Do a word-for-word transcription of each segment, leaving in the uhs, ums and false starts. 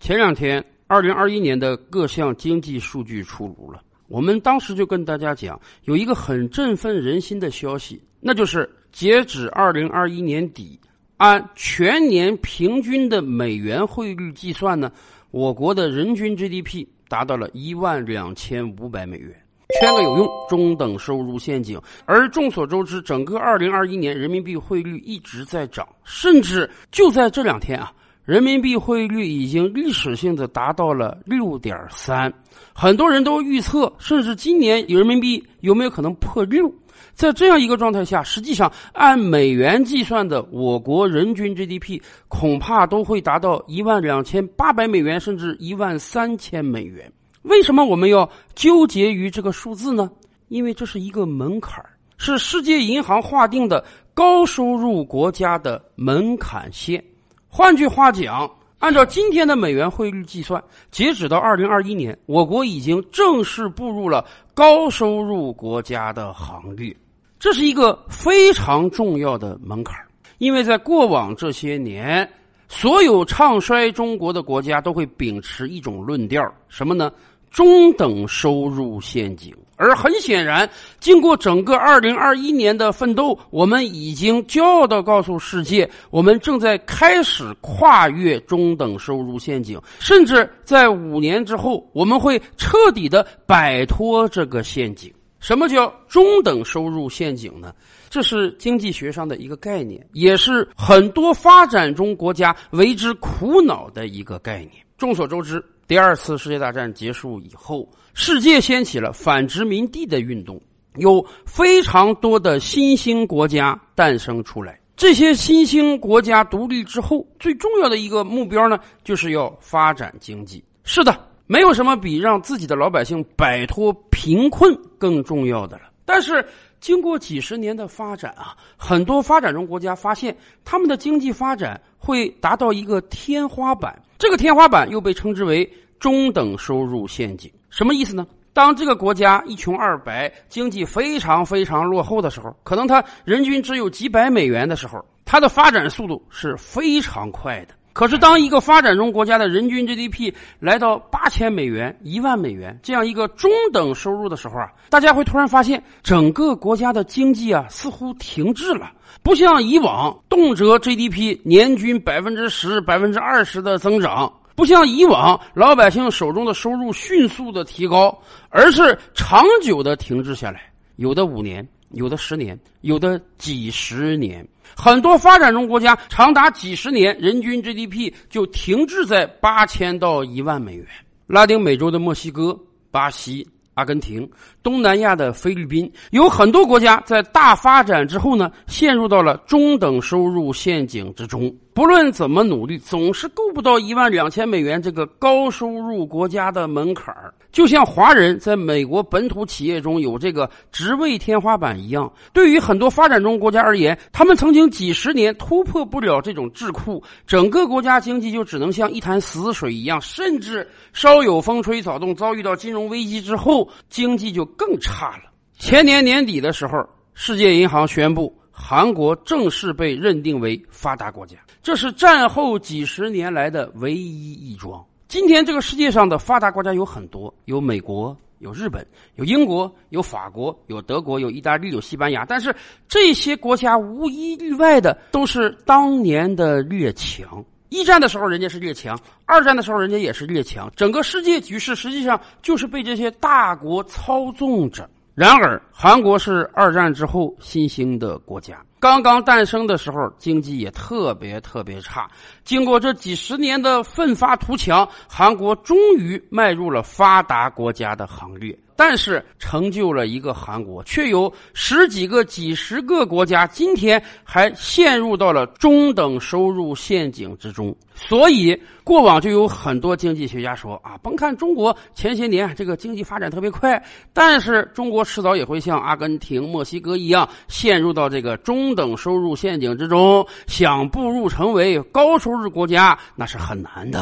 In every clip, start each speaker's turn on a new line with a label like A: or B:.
A: 前两天二零二一年的各项经济数据出炉了，我们当时就跟大家讲，有一个很振奋人心的消息，那就是截止二零二一年底，按全年平均的美元汇率计算呢，我国的人均 G D P 达到了一万两千五百美元，圈个有用，中等收入陷阱。而众所周知，整个二零二一年人民币汇率一直在涨，甚至就在这两天啊，人民币汇率已经历史性的达到了 六点三， 很多人都预测甚至今年人民币有没有可能破六。在这样一个状态下，实际上按美元计算的我国人均 G D P 恐怕都会达到一万两千八百美元，甚至一万三千美元。为什么我们要纠结于这个数字呢？因为这是一个门槛，是世界银行划定的高收入国家的门槛线。换句话讲，按照今天的美元汇率计算，截止到二零二一年，我国已经正式步入了高收入国家的行列。这是一个非常重要的门槛，因为在过往这些年，所有唱衰中国的国家都会秉持一种论调，什么呢？中等收入陷阱。而很显然，经过整个二零二一年的奋斗，我们已经骄傲地告诉世界，我们正在开始跨越中等收入陷阱，甚至在五年之后，我们会彻底地摆脱这个陷阱。什么叫中等收入陷阱呢？这是经济学上的一个概念，也是很多发展中国家为之苦恼的一个概念。众所周知，第二次世界大战结束以后，世界掀起了反殖民地的运动，有非常多的新兴国家诞生出来。这些新兴国家独立之后，最重要的一个目标呢，就是要发展经济。是的，没有什么比让自己的老百姓摆脱贫困更重要的了。但是经过几十年的发展啊，很多发展中国家发现他们的经济发展会达到一个天花板，这个天花板又被称之为中等收入陷阱。什么意思呢？当这个国家一穷二白，经济非常非常落后的时候，可能它人均只有几百美元的时候，它的发展速度是非常快的。可是当一个发展中国家的人均 G D P 来到八千美元、一万美元这样一个中等收入的时候啊，大家会突然发现整个国家的经济啊似乎停滞了。不像以往动辄 G D P 年均 百分之十、百分之二十 的增长，不像以往老百姓手中的收入迅速的提高，而是长久的停滞下来，有的五年，有的十年，有的几十年。很多发展中国家长达几十年，人均 G D P 就停滞在八千到一万美元。拉丁美洲的墨西哥、巴西、阿根廷，东南亚的菲律宾，有很多国家在大发展之后呢，陷入到了中等收入陷阱之中。不论怎么努力，总是够不到一万两千美元这个高收入国家的门槛。就像华人在美国本土企业中有这个职位天花板一样，对于很多发展中国家而言，他们曾经几十年突破不了这种桎梏，整个国家经济就只能像一潭死水一样，甚至稍有风吹草动，遭遇到金融危机之后，经济就更差了。前年年底的时候，世界银行宣布韩国正式被认定为发达国家，这是战后几十年来的唯一一桩。今天这个世界上的发达国家有很多，有美国，有日本，有英国，有法国，有德国，有意大利，有西班牙，但是这些国家无一例外的都是当年的列强。一战的时候人家是列强，二战的时候人家也是列强，整个世界局势实际上就是被这些大国操纵着。然而韩国是二战之后新兴的国家，刚刚诞生的时候经济也特别特别差，经过这几十年的奋发图强，韩国终于迈入了发达国家的行列。但是成就了一个韩国，却有十几个几十个国家今天还陷入到了中等收入陷阱之中。所以过往就有很多经济学家说啊，甭看中国前些年这个经济发展特别快，但是中国迟早也会像阿根廷、墨西哥一样陷入到这个中等收入陷阱之中，想步入成为高收入国家那是很难的。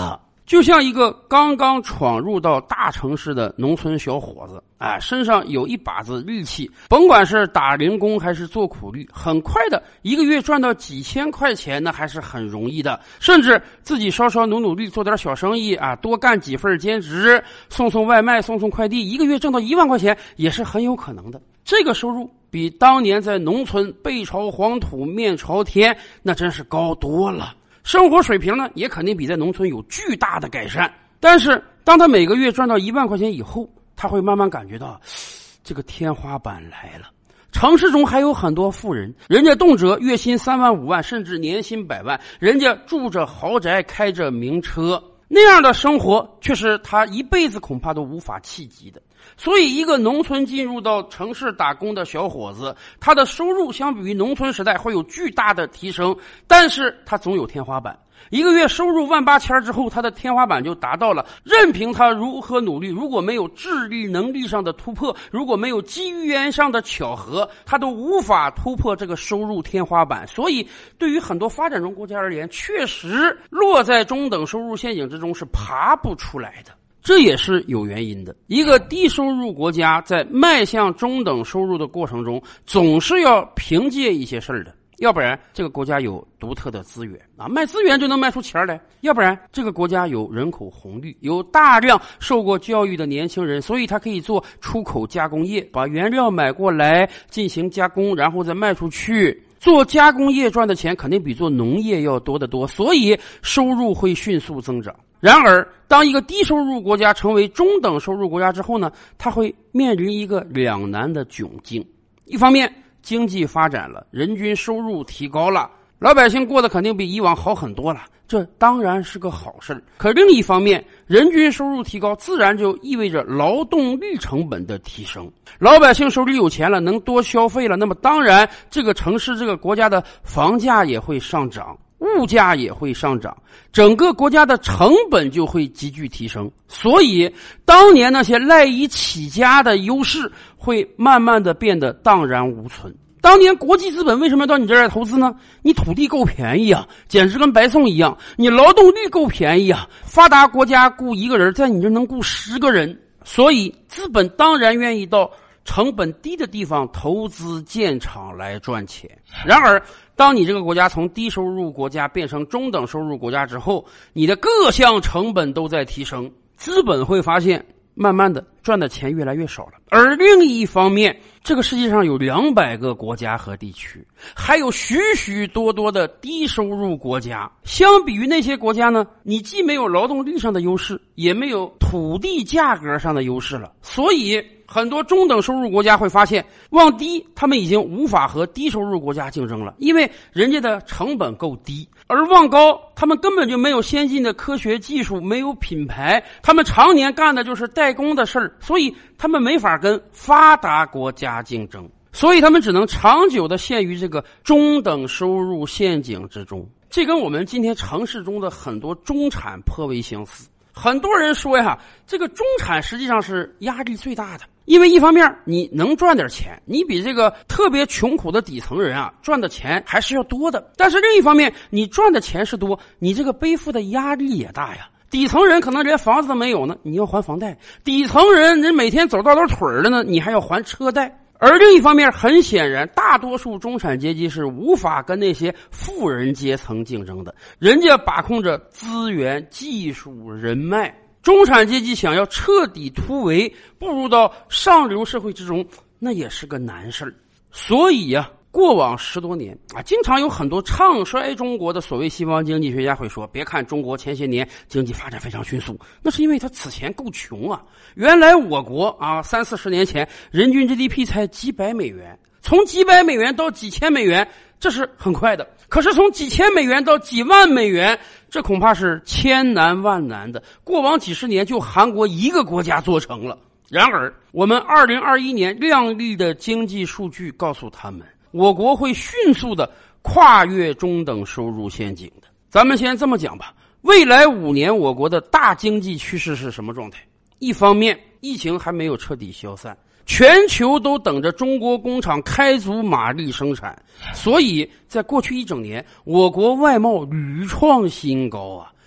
A: 就像一个刚刚闯入到大城市的农村小伙子，哎，身上有一把子力气，甭管是打零工还是做苦力，很快的一个月赚到几千块钱，那还是很容易的。甚至自己稍稍努努力做点小生意啊，多干几份兼职，送送外卖，送送快递，一个月挣到一万块钱也是很有可能的。这个收入比当年在农村背朝黄土面朝天那真是高多了。生活水平呢，也肯定比在农村有巨大的改善。但是当他每个月赚到一万块钱以后，他会慢慢感觉到这个天花板来了。城市中还有很多富人，人家动辄月薪三万五万，甚至年薪百万，人家住着豪宅，开着名车，那样的生活却是他一辈子恐怕都无法企及的。所以一个农村进入到城市打工的小伙子，他的收入相比于农村时代会有巨大的提升，但是他总有天花板。一个月收入万八千之后，他的天花板就达到了，任凭他如何努力，如果没有智力能力上的突破，如果没有机缘上的巧合，他都无法突破这个收入天花板。所以对于很多发展中国家而言，确实落在中等收入陷阱之中是爬不出来的。这也是有原因的。一个低收入国家在迈向中等收入的过程中，总是要凭借一些事儿的，要不然这个国家有独特的资源啊，卖资源就能卖出钱来；要不然这个国家有人口红利，有大量受过教育的年轻人，所以他可以做出口加工业，把原料买过来进行加工，然后再卖出去。做加工业赚的钱肯定比做农业要多得多，所以收入会迅速增长。然而当一个低收入国家成为中等收入国家之后呢，它会面临一个两难的窘境。一方面经济发展了，人均收入提高了，老百姓过得肯定比以往好很多了，这当然是个好事。可另一方面，人均收入提高自然就意味着劳动力成本的提升，老百姓手里有钱了，能多消费了，那么当然这个城市这个国家的房价也会上涨，物价也会上涨，整个国家的成本就会急剧提升。所以当年那些赖以起家的优势会慢慢的变得荡然无存。当年国际资本为什么要到你这儿来投资呢？你土地够便宜啊，简直跟白送一样，你劳动力够便宜啊，发达国家雇一个人在你这能雇十个人，所以资本当然愿意到成本低的地方投资建厂来赚钱。然而当你这个国家从低收入国家变成中等收入国家之后，你的各项成本都在提升，资本会发现慢慢的赚的钱越来越少了。而另一方面，这个世界上有两百个国家和地区，还有许许多多的低收入国家。相比于那些国家呢，你既没有劳动力上的优势，也没有土地价格上的优势了。所以很多中等收入国家会发现，往低他们已经无法和低收入国家竞争了，因为人家的成本够低。而往高他们根本就没有先进的科学技术，没有品牌，他们常年干的就是代工的事儿，所以他们没法跟发达国家竞争，所以他们只能长久的陷于这个中等收入陷阱之中。这跟我们今天城市中的很多中产颇为相似。很多人说呀，这个中产实际上是压力最大的，因为一方面你能赚点钱，你比这个特别穷苦的底层人啊赚的钱还是要多的，但是另一方面你赚的钱是多，你这个背负的压力也大呀。底层人可能连房子都没有呢，你要还房贷；底层人人每天走道都腿了呢，你还要还车贷。而另一方面，很显然大多数中产阶级是无法跟那些富人阶层竞争的，人家把控着资源、技术、人脉，中产阶级想要彻底突围，步入到上流社会之中，那也是个难事儿。所以呀、啊过往十多年啊，经常有很多唱衰中国的所谓西方经济学家会说，别看中国前些年经济发展非常迅速，那是因为他此前够穷啊。原来我国啊，三四十年前人均 G D P 才几百美元，从几百美元到几千美元，这是很快的。可是从几千美元到几万美元，这恐怕是千难万难的。过往几十年就韩国一个国家做成了。然而我们二零二一年亮丽的经济数据告诉他们，我国会迅速的跨越中等收入陷阱的。咱们先这么讲吧，未来五年我国的大经济趋势是什么状态？一方面，疫情还没有彻底消散，全球都等着中国工厂开足马力生产，所以在过去一整年，我国外贸屡创新高啊。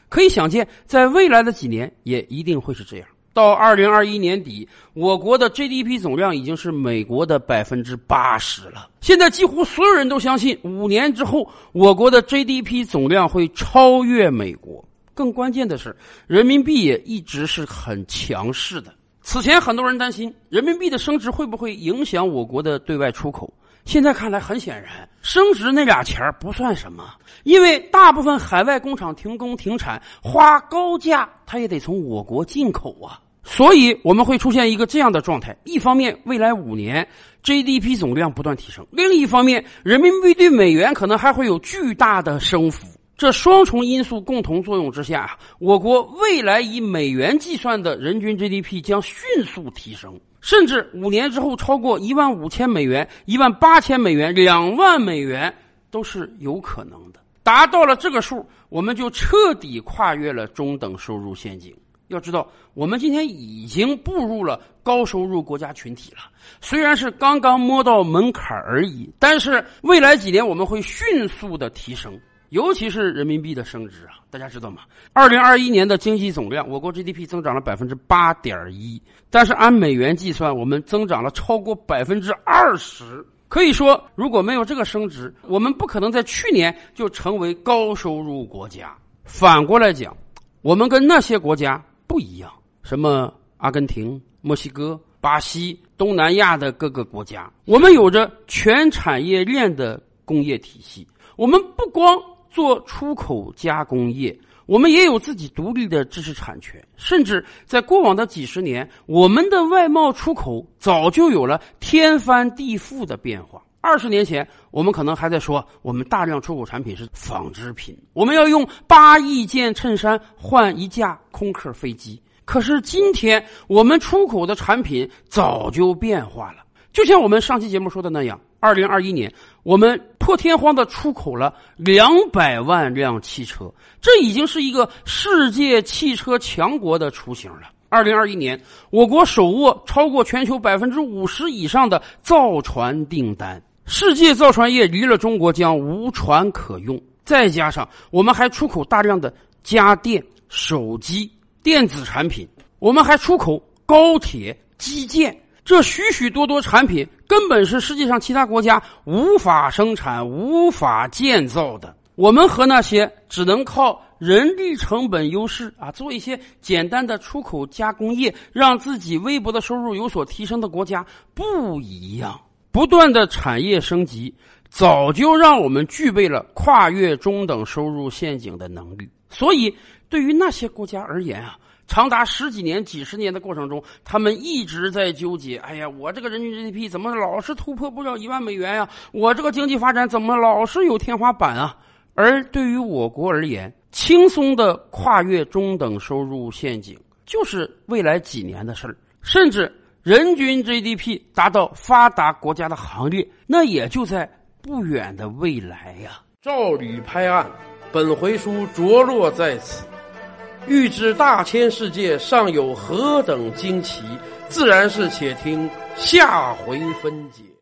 A: 可以想见，在未来的几年也一定会是这样。到二零二一年底，我国的 G D P 总量已经是美国的 百分之八十 了。现在几乎所有人都相信，五年之后，我国的 G D P 总量会超越美国。更关键的是，人民币也一直是很强势的。此前很多人担心，人民币的升值会不会影响我国的对外出口？现在看来，很显然，升值那俩钱不算什么，因为大部分海外工厂停工停产，花高价，它也得从我国进口啊。所以我们会出现一个这样的状态：一方面，未来五年 G D P 总量不断提升；另一方面，人民币对美元可能还会有巨大的升幅。这双重因素共同作用之下，我国未来以美元计算的人均 G D P 将迅速提升，甚至五年之后超过一万五千美元、一万八千美元、两万美元都是有可能的。达到了这个数，我们就彻底跨越了中等收入陷阱。要知道，我们今天已经步入了高收入国家群体了，虽然是刚刚摸到门槛而已，但是未来几年我们会迅速的提升，尤其是人民币的升值啊，大家知道吗？二零二一年的经济总量，我国 G D P 增长了 百分之八点一， 但是按美元计算，我们增长了超过 百分之二十。可以说，如果没有这个升值，我们不可能在去年就成为高收入国家。反过来讲，我们跟那些国家不一样，什么阿根廷、墨西哥、巴西、东南亚的各个国家，我们有着全产业链的工业体系。我们不光做出口加工业，我们也有自己独立的知识产权，甚至在过往的几十年，我们的外贸出口早就有了天翻地覆的变化。二十年前，我们可能还在说我们大量出口产品是纺织品，我们要用八亿件衬衫换一架空客飞机。可是今天，我们出口的产品早就变化了。就像我们上期节目说的那样，二零二一年我们破天荒的出口了两百万辆汽车，这已经是一个世界汽车强国的雏形了。二零二一年，我国手握超过全球 百分之五十 以上的造船订单，世界造船业离了中国将无船可用。再加上我们还出口大量的家电、手机、电子产品，我们还出口高铁、基建，这许许多多产品根本是世界上其他国家无法生产、无法建造的。我们和那些只能靠人力成本优势啊，做一些简单的出口加工业，让自己微薄的收入有所提升的国家不一样。不断的产业升级，早就让我们具备了跨越中等收入陷阱的能力。所以，对于那些国家而言啊，长达十几年、几十年的过程中，他们一直在纠结：哎呀，我这个人均 G D P 怎么老是突破不了一万美元呀？我这个经济发展怎么老是有天花板啊？而对于我国而言，轻松的跨越中等收入陷阱就是未来几年的事儿，甚至人均 G D P 达到发达国家的行列，那也就在不远的未来呀。
B: 照吕拍案，本回书着落在此。欲知大千世界尚有何等惊奇，自然是且听下回分解。